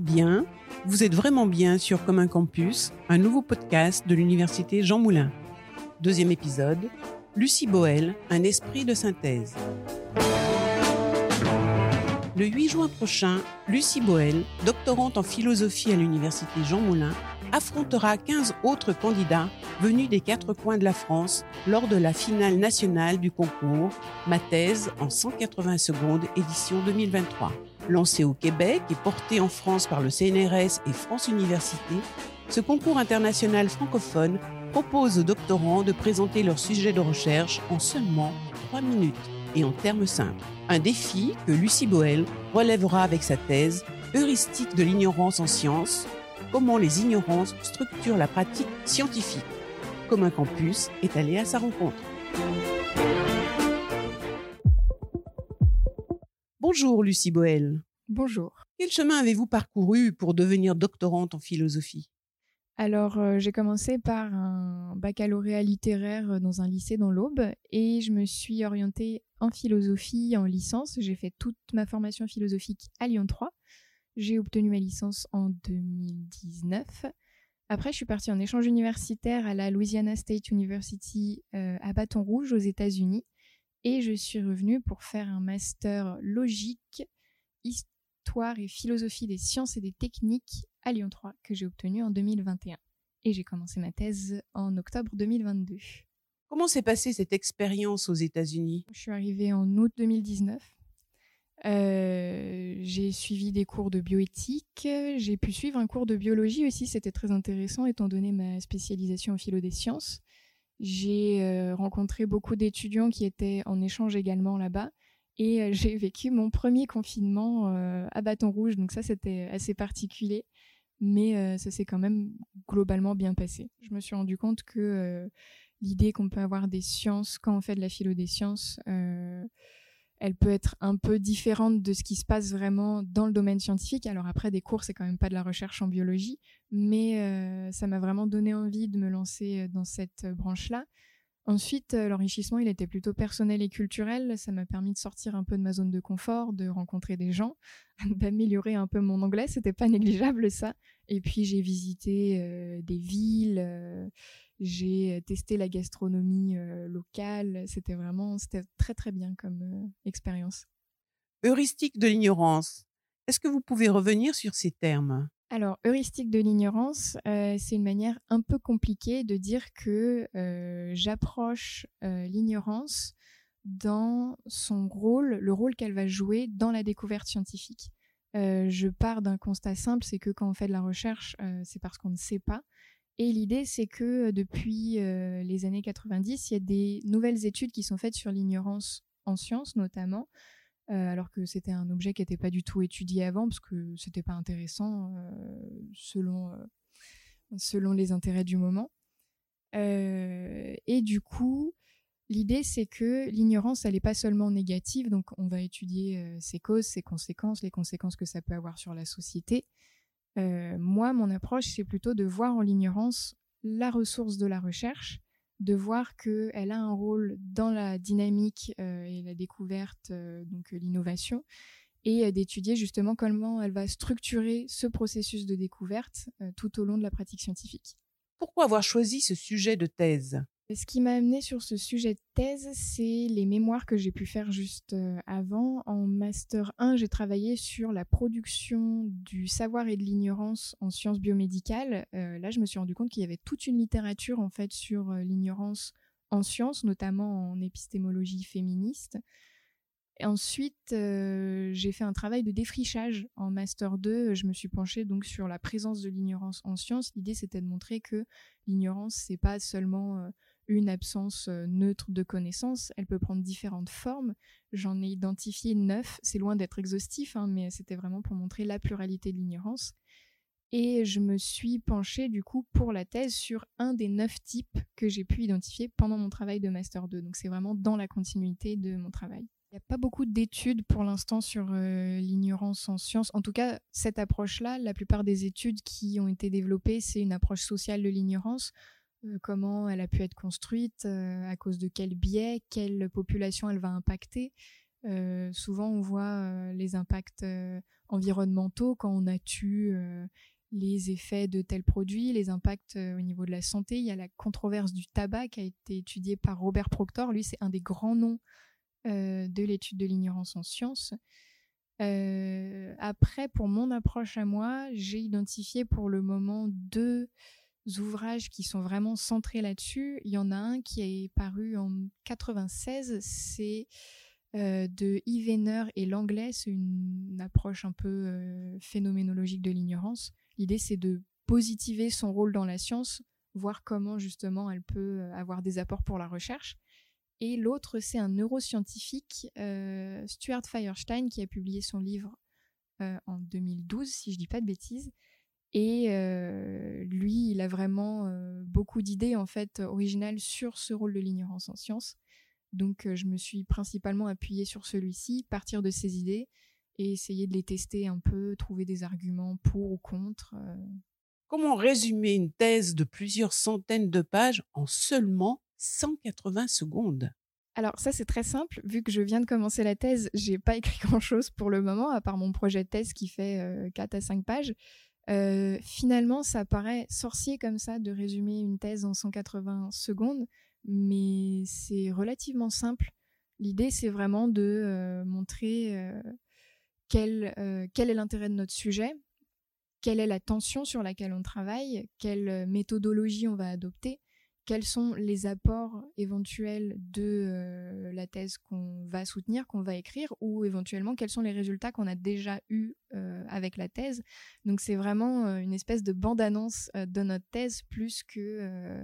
bien, vous êtes vraiment bien sur Comme un campus, un nouveau podcast de l'université Jean Moulin. Deuxième épisode, Lucie Boel, un esprit de synthèse. Le 8 juin prochain, Lucie Boel, doctorante en philosophie à l'université Jean Moulin, affrontera 15 autres candidats venus des 4 coins de la France lors de la finale nationale du concours Ma thèse en 180 secondes édition 2023. Lancé au Québec et porté en France par le CNRS et France Université, ce concours international francophone propose aux doctorants de présenter leur sujet de recherche en seulement 3 minutes et en termes simples. Un défi que Lucie Boel relèvera avec sa thèse « Heuristique de l'ignorance en sciences », comment les ignorances structurent la pratique scientifique. Comme un campus est allé à sa rencontre. Bonjour Lucie Boel. Bonjour. Quel chemin avez-vous parcouru pour devenir doctorante en philosophie ? Alors, j'ai commencé par un baccalauréat littéraire dans un lycée dans l'Aube et je me suis orientée en philosophie en licence. J'ai fait toute ma formation philosophique à Lyon 3. J'ai obtenu ma licence en 2019. Après, je suis partie en échange universitaire à la Louisiana State University à Bâton Rouge aux États-Unis et je suis revenue pour faire un master logique, histoire et philosophie des sciences et des techniques à Lyon 3 que j'ai obtenu en 2021. Et j'ai commencé ma thèse en octobre 2022. Comment s'est passée cette expérience aux États-Unis ? Je suis arrivée en août 2019. J'ai suivi des cours de bioéthique. J'ai pu suivre un cours de biologie aussi. C'était très intéressant étant donné ma spécialisation en philo des sciences. J'ai rencontré beaucoup d'étudiants qui étaient en échange également là-bas. Et j'ai vécu mon premier confinement à Bâton Rouge. Donc ça, c'était assez particulier. Mais ça s'est quand même globalement bien passé. Je me suis rendu compte que l'idée qu'on peut avoir des sciences quand on fait de la philo des sciences, elle peut être un peu différente de ce qui se passe vraiment dans le domaine scientifique. Alors après, des cours, c'est quand même pas de la recherche en biologie, mais ça m'a vraiment donné envie de me lancer dans cette branche-là. Ensuite, l'enrichissement, il était plutôt personnel et culturel. Ça m'a permis de sortir un peu de ma zone de confort, de rencontrer des gens, d'améliorer un peu mon anglais. C'était pas négligeable, ça. Et puis, j'ai visité des villes, j'ai testé la gastronomie locale. C'était très, très bien comme expérience. Heuristique de l'ignorance. Est-ce que vous pouvez revenir sur ces termes ? Alors, heuristique de l'ignorance, c'est une manière un peu compliquée de dire que j'approche l'ignorance dans son rôle, le rôle qu'elle va jouer dans la découverte scientifique. Je pars d'un constat simple, c'est que quand on fait de la recherche, c'est parce qu'on ne sait pas. Et l'idée, c'est que depuis les années 90, il y a des nouvelles études qui sont faites sur l'ignorance en sciences notamment, alors que c'était un objet qui n'était pas du tout étudié avant parce que c'était pas intéressant selon les intérêts du moment. Et du coup, l'idée c'est que l'ignorance, elle n'est pas seulement négative, donc on va étudier ses causes, ses conséquences, les conséquences que ça peut avoir sur la société. Moi, mon approche, c'est plutôt de voir en l'ignorance la ressource de la recherche, de voir qu'elle a un rôle dans la dynamique et la découverte, donc l'innovation, et d'étudier justement comment elle va structurer ce processus de découverte tout au long de la pratique scientifique. Pourquoi avoir choisi ce sujet de thèse ? Ce qui m'a amené sur ce sujet de thèse, c'est les mémoires que j'ai pu faire juste avant. En Master 1, j'ai travaillé sur la production du savoir et de l'ignorance en sciences biomédicales. Là, je me suis rendu compte qu'il y avait toute une littérature en fait sur l'ignorance en sciences, notamment en épistémologie féministe. Et ensuite, j'ai fait un travail de défrichage en Master 2. Je me suis penchée donc sur la présence de l'ignorance en sciences. L'idée, c'était de montrer que l'ignorance, c'est pas seulement une absence neutre de connaissances. Elle peut prendre différentes formes. J'en ai identifié 9. C'est loin d'être exhaustif, hein, mais c'était vraiment pour montrer la pluralité de l'ignorance. Et je me suis penchée du coup pour la thèse sur un des 9 types que j'ai pu identifier pendant mon travail de Master 2. Donc c'est vraiment dans la continuité de mon travail. Il n'y a pas beaucoup d'études pour l'instant sur l'ignorance en sciences. En tout cas, cette approche-là, la plupart des études qui ont été développées, c'est une approche sociale de l'ignorance. Comment elle a pu être construite, à cause de quel biais, quelle population elle va impacter. Souvent, on voit les impacts environnementaux quand on a tué les effets de tels produits, les impacts au niveau de la santé. Il y a la controverse du tabac qui a été étudiée par Robert Proctor. Lui, c'est un des grands noms de l'étude de l'ignorance en sciences. Après, pour mon approche à moi, j'ai identifié pour le moment 2 ouvrages qui sont vraiment centrés là-dessus. Il y en a un qui est paru en 96, c'est de Yves Henner et Langlais. C'est une approche un peu phénoménologique de l'ignorance. L'idée, c'est de positiver son rôle dans la science, voir comment justement elle peut avoir des apports pour la recherche. Et l'autre, c'est un neuroscientifique, Stuart Firestein, qui a publié son livre en 2012, si je ne dis pas de bêtises. Et lui, il a vraiment beaucoup d'idées en fait originales sur ce rôle de l'ignorance en sciences. Donc, je me suis principalement appuyée sur celui-ci, partir de ses idées et essayer de les tester un peu, trouver des arguments pour ou contre. Comment résumer une thèse de plusieurs centaines de pages en seulement 180 secondes? Alors ça, c'est très simple. Vu que je viens de commencer la thèse, j'ai pas écrit grand-chose pour le moment, à part mon projet de thèse qui fait 4 à 5 pages. Finalement, ça paraît sorcier comme ça de résumer une thèse en 180 secondes, mais c'est relativement simple. L'idée, c'est vraiment de montrer quel est l'intérêt de notre sujet, quelle est la tension sur laquelle on travaille, quelle méthodologie on va adopter, quels sont les apports éventuels de la thèse qu'on va soutenir, qu'on va écrire, ou éventuellement quels sont les résultats qu'on a déjà eus avec la thèse. Donc c'est vraiment une espèce de bande-annonce de notre thèse plus que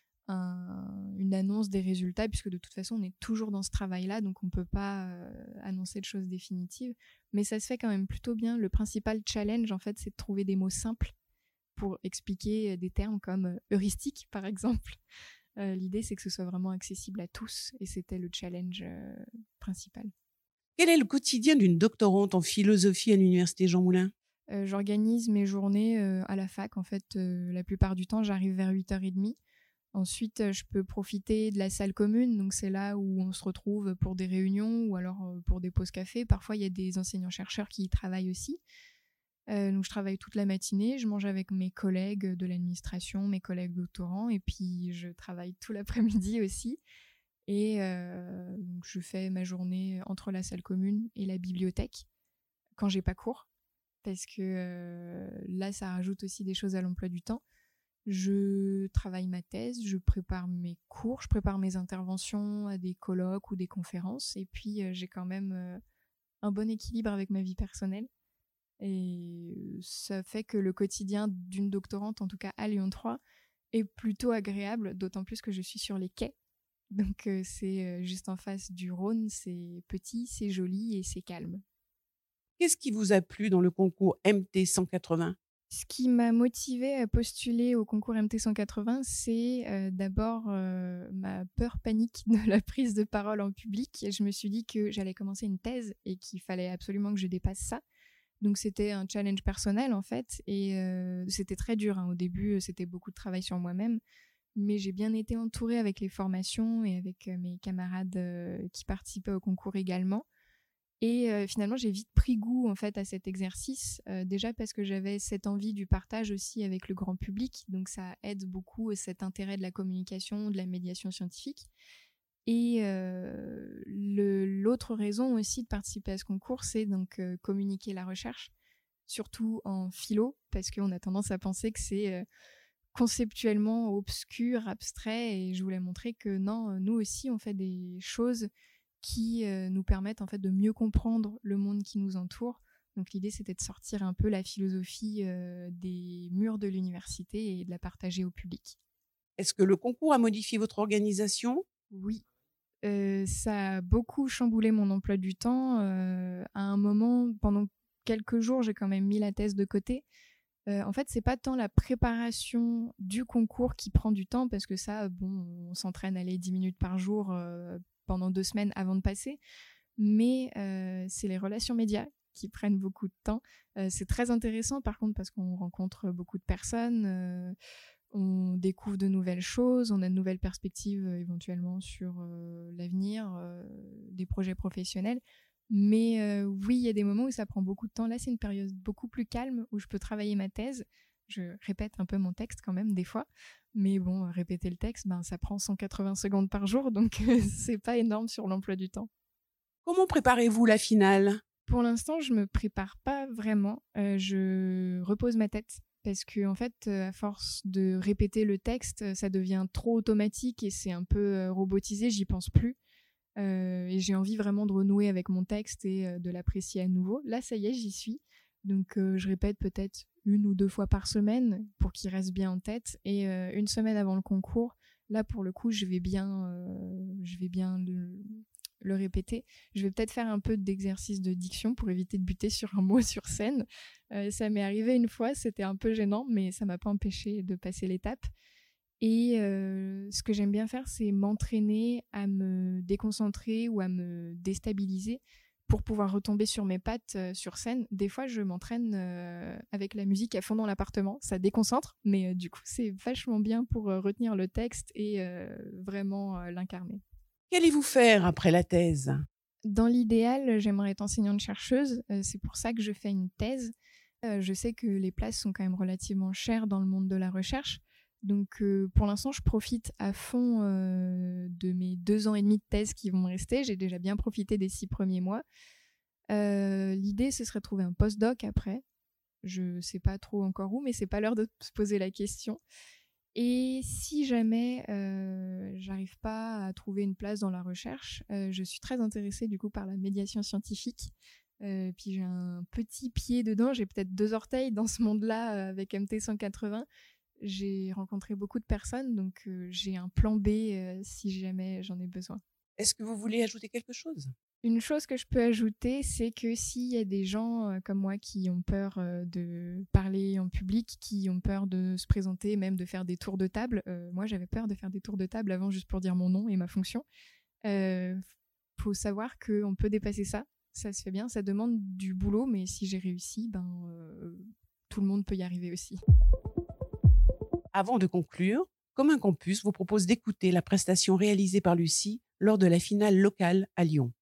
une annonce des résultats, puisque de toute façon on est toujours dans ce travail-là, donc on ne peut pas annoncer de choses définitives. Mais ça se fait quand même plutôt bien. Le principal challenge, en fait, c'est de trouver des mots simples pour expliquer des termes comme heuristique, par exemple. L'idée, c'est que ce soit vraiment accessible à tous, et c'était le challenge principal. Quel est le quotidien d'une doctorante en philosophie à l'Université Jean Moulin? J'organise mes journées à la fac. En fait, la plupart du temps, j'arrive vers 8h30. Ensuite, je peux profiter de la salle commune, donc c'est là où on se retrouve pour des réunions ou alors pour des pauses café. Parfois, il y a des enseignants-chercheurs qui y travaillent aussi. Donc je travaille toute la matinée, je mange avec mes collègues de l'administration, mes collègues doctorants, et puis je travaille tout l'après-midi aussi. Et donc je fais ma journée entre la salle commune et la bibliothèque quand j'ai pas cours, parce que là, ça rajoute aussi des choses à l'emploi du temps. Je travaille ma thèse, je prépare mes cours, je prépare mes interventions à des colloques ou des conférences, et puis j'ai quand même un bon équilibre avec ma vie personnelle. Et ça fait que le quotidien d'une doctorante, en tout cas à Lyon 3, est plutôt agréable, d'autant plus que je suis sur les quais. Donc c'est juste en face du Rhône, c'est petit, c'est joli et c'est calme. Qu'est-ce qui vous a plu dans le concours MT 180? Ce qui m'a motivée à postuler au concours MT 180, c'est d'abord ma peur panique de la prise de parole en public. Et je me suis dit que j'allais commencer une thèse et qu'il fallait absolument que je dépasse ça. Donc c'était un challenge personnel en fait, et c'était très dur. Au début, c'était beaucoup de travail sur moi-même, mais j'ai bien été entourée avec les formations et avec mes camarades qui participaient au concours également. Et finalement, j'ai vite pris goût en fait à cet exercice, déjà parce que j'avais cette envie du partage aussi avec le grand public, donc ça aide beaucoup cet intérêt de la communication, de la médiation scientifique. Et l'autre raison aussi de participer à ce concours, c'est donc communiquer la recherche, surtout en philo, parce qu'on a tendance à penser que c'est conceptuellement obscur, abstrait, et je voulais montrer que non, nous aussi on fait des choses qui nous permettent en fait de mieux comprendre le monde qui nous entoure. Donc l'idée, c'était de sortir un peu la philosophie des murs de l'université et de la partager au public. Est-ce que le concours a modifié votre organisation? Oui, ça a beaucoup chamboulé mon emploi du temps. À un moment, pendant quelques jours, j'ai quand même mis la thèse de côté. En fait, c'est pas tant la préparation du concours qui prend du temps, parce que ça, bon, on s'entraîne à aller 10 minutes par jour pendant 2 semaines avant de passer, mais c'est les relations médias qui prennent beaucoup de temps. C'est très intéressant par contre parce qu'on rencontre beaucoup de personnes, On découvre de nouvelles choses, on a de nouvelles perspectives éventuellement sur l'avenir, des projets professionnels. Mais oui, il y a des moments où ça prend beaucoup de temps. Là, c'est une période beaucoup plus calme où je peux travailler ma thèse. Je répète un peu mon texte quand même des fois. Mais bon, répéter le texte, ça prend 180 secondes par jour, donc c'est pas énorme sur l'emploi du temps. Comment préparez-vous la finale? Pour l'instant, je me prépare pas vraiment. Je repose ma tête parce que en fait, à force de répéter le texte, ça devient trop automatique et c'est un peu robotisé. J'y pense plus. Et j'ai envie vraiment de renouer avec mon texte et de l'apprécier à nouveau. Là, ça y est, j'y suis. Donc, je répète peut-être 1 ou 2 fois par semaine pour qu'il reste bien en tête. Et 1 semaine avant le concours, là, pour le coup, je vais bien le répéter. Je vais peut-être faire un peu d'exercice de diction pour éviter de buter sur un mot sur scène. Ça m'est arrivé une fois, c'était un peu gênant, mais ça m'a pas empêché de passer l'étape. Et ce que j'aime bien faire, c'est m'entraîner à me déconcentrer ou à me déstabiliser pour pouvoir retomber sur mes pattes sur scène. Des fois, je m'entraîne avec la musique à fond dans l'appartement. Ça déconcentre, mais du coup, c'est vachement bien pour retenir le texte et vraiment l'incarner. Qu'allez-vous faire après la thèse? Dans l'idéal, j'aimerais être enseignante-chercheuse. C'est pour ça que je fais une thèse. Je sais que les places sont quand même relativement chères dans le monde de la recherche. Donc pour l'instant, je profite à fond de mes 2 ans et demi de thèse qui vont me rester. J'ai déjà bien profité des 6 premiers mois. L'idée, ce serait de trouver un post-doc après. Je sais pas trop encore où, mais c'est pas l'heure de se poser la question. Et si jamais j'arrive pas à trouver une place dans la recherche, je suis très intéressée du coup par la médiation scientifique. Puis j'ai un petit pied dedans, j'ai peut-être 2 orteils dans ce monde-là avec MT 180. J'ai rencontré beaucoup de personnes, donc j'ai un plan B si jamais j'en ai besoin. Est-ce que vous voulez ajouter quelque chose? Une chose que je peux ajouter, c'est que s'il y a des gens comme moi qui ont peur de parler en public, qui ont peur de se présenter, même de faire des tours de table, moi j'avais peur de faire des tours de table avant juste pour dire mon nom et ma fonction. Faut savoir qu'on peut dépasser ça, ça se fait bien, ça demande du boulot, mais si j'ai réussi, tout le monde peut y arriver aussi. Avant de conclure, Commun Campus vous propose d'écouter la prestation réalisée par Lucie lors de la finale locale à Lyon.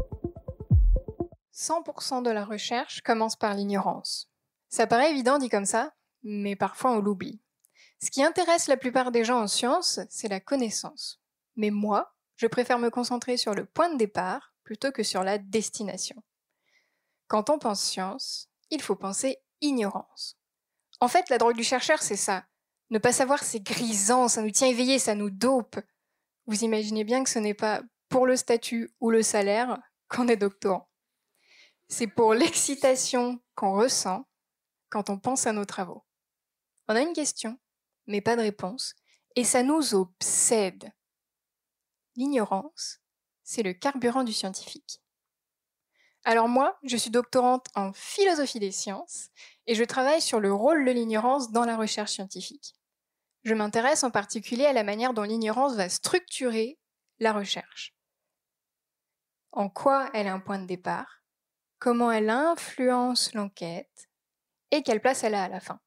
100% de la recherche commence par l'ignorance. Ça paraît évident dit comme ça, mais parfois on l'oublie. Ce qui intéresse la plupart des gens en sciences, c'est la connaissance. Mais moi, je préfère me concentrer sur le point de départ plutôt que sur la destination. Quand on pense science, il faut penser ignorance. En fait, la drogue du chercheur, c'est ça. Ne pas savoir, c'est grisant, ça nous tient éveillés, ça nous dope. Vous imaginez bien que ce n'est pas pour le statut ou le salaire qu'on est doctorant. C'est pour l'excitation qu'on ressent quand on pense à nos travaux. On a une question, mais pas de réponse, et ça nous obsède. L'ignorance, c'est le carburant du scientifique. Alors moi, je suis doctorante en philosophie des sciences et je travaille sur le rôle de l'ignorance dans la recherche scientifique. Je m'intéresse en particulier à la manière dont l'ignorance va structurer la recherche. En quoi elle est un point de départ, comment elle influence l'enquête et quelle place elle a à la fin.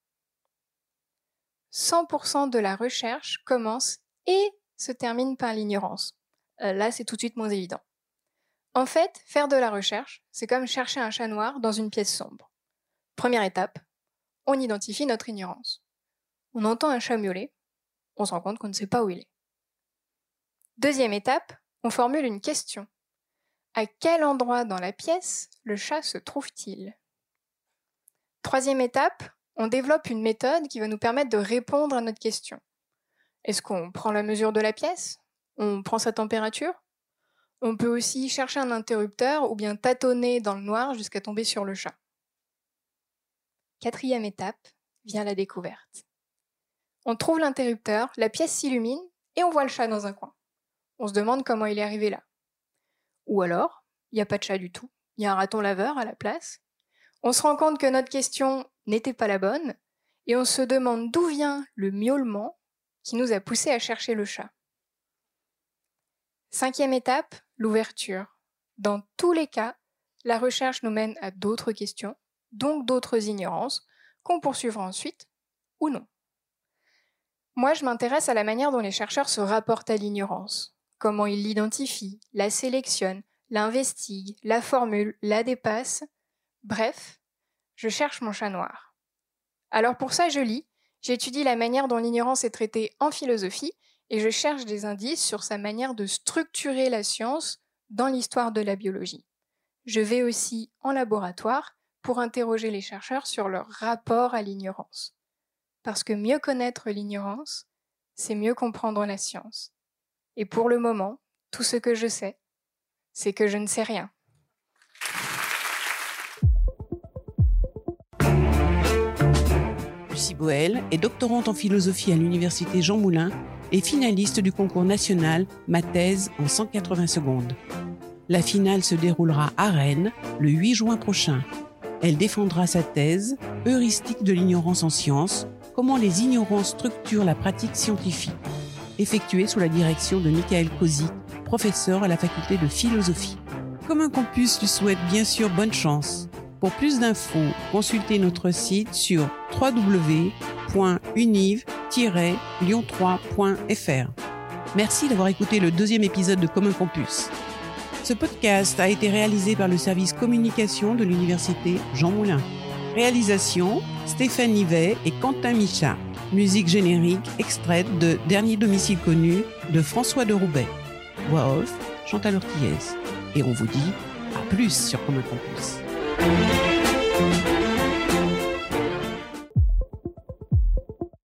100% de la recherche commence et se termine par l'ignorance. Là, c'est tout de suite moins évident. En fait, faire de la recherche, c'est comme chercher un chat noir dans une pièce sombre. Première étape, on identifie notre ignorance. On entend un chat miauler, on se rend compte qu'on ne sait pas où il est. Deuxième étape, on formule une question. À quel endroit dans la pièce le chat se trouve-t-il ? Troisième étape, on développe une méthode qui va nous permettre de répondre à notre question. Est-ce qu'on prend la mesure de la pièce ? On prend sa température ? On peut aussi chercher un interrupteur ou bien tâtonner dans le noir jusqu'à tomber sur le chat. Quatrième étape, vient la découverte. On trouve l'interrupteur, la pièce s'illumine et on voit le chat dans un coin. On se demande comment il est arrivé là. Ou alors, il n'y a pas de chat du tout, il y a un raton laveur à la place. On se rend compte que notre question n'était pas la bonne et on se demande d'où vient le miaulement qui nous a poussé à chercher le chat. Cinquième étape, l'ouverture. Dans tous les cas, la recherche nous mène à d'autres questions, donc d'autres ignorances, qu'on poursuivra ensuite ou non. Moi, je m'intéresse à la manière dont les chercheurs se rapportent à l'ignorance. Comment ils l'identifient, la sélectionnent, l'investiguent, la formulent, la dépassent. Bref, je cherche mon chat noir. Alors pour ça, je lis, j'étudie la manière dont l'ignorance est traitée en philosophie et je cherche des indices sur sa manière de structurer la science dans l'histoire de la biologie. Je vais aussi en laboratoire pour interroger les chercheurs sur leur rapport à l'ignorance. Parce que mieux connaître l'ignorance, c'est mieux comprendre la science. Et pour le moment, tout ce que je sais, c'est que je ne sais rien. Lucie Boel est doctorante en philosophie à l'université Jean Moulin et finaliste du concours national Ma thèse en 180 secondes. La finale se déroulera à Rennes le 8 juin prochain. Elle défendra sa thèse « Heuristique de l'ignorance en sciences, comment les ignorants structurent la pratique scientifique », effectuée sous la direction de Michael Kozik, professeur à la faculté de philosophie. Commun Campus lui souhaite bien sûr bonne chance. Pour plus d'infos, consultez notre site sur www.univ-lyon3.fr. Merci d'avoir écouté le 2e épisode de Commun Campus. Ce podcast a été réalisé par le service communication de l'université Jean Moulin. Réalisation, Stéphane Nivet et Quentin Michat. Musique générique extraite de Dernier domicile connu de François de Roubaix. Voix off, Chantal Ortiez. Et on vous dit à plus sur Commun Campus.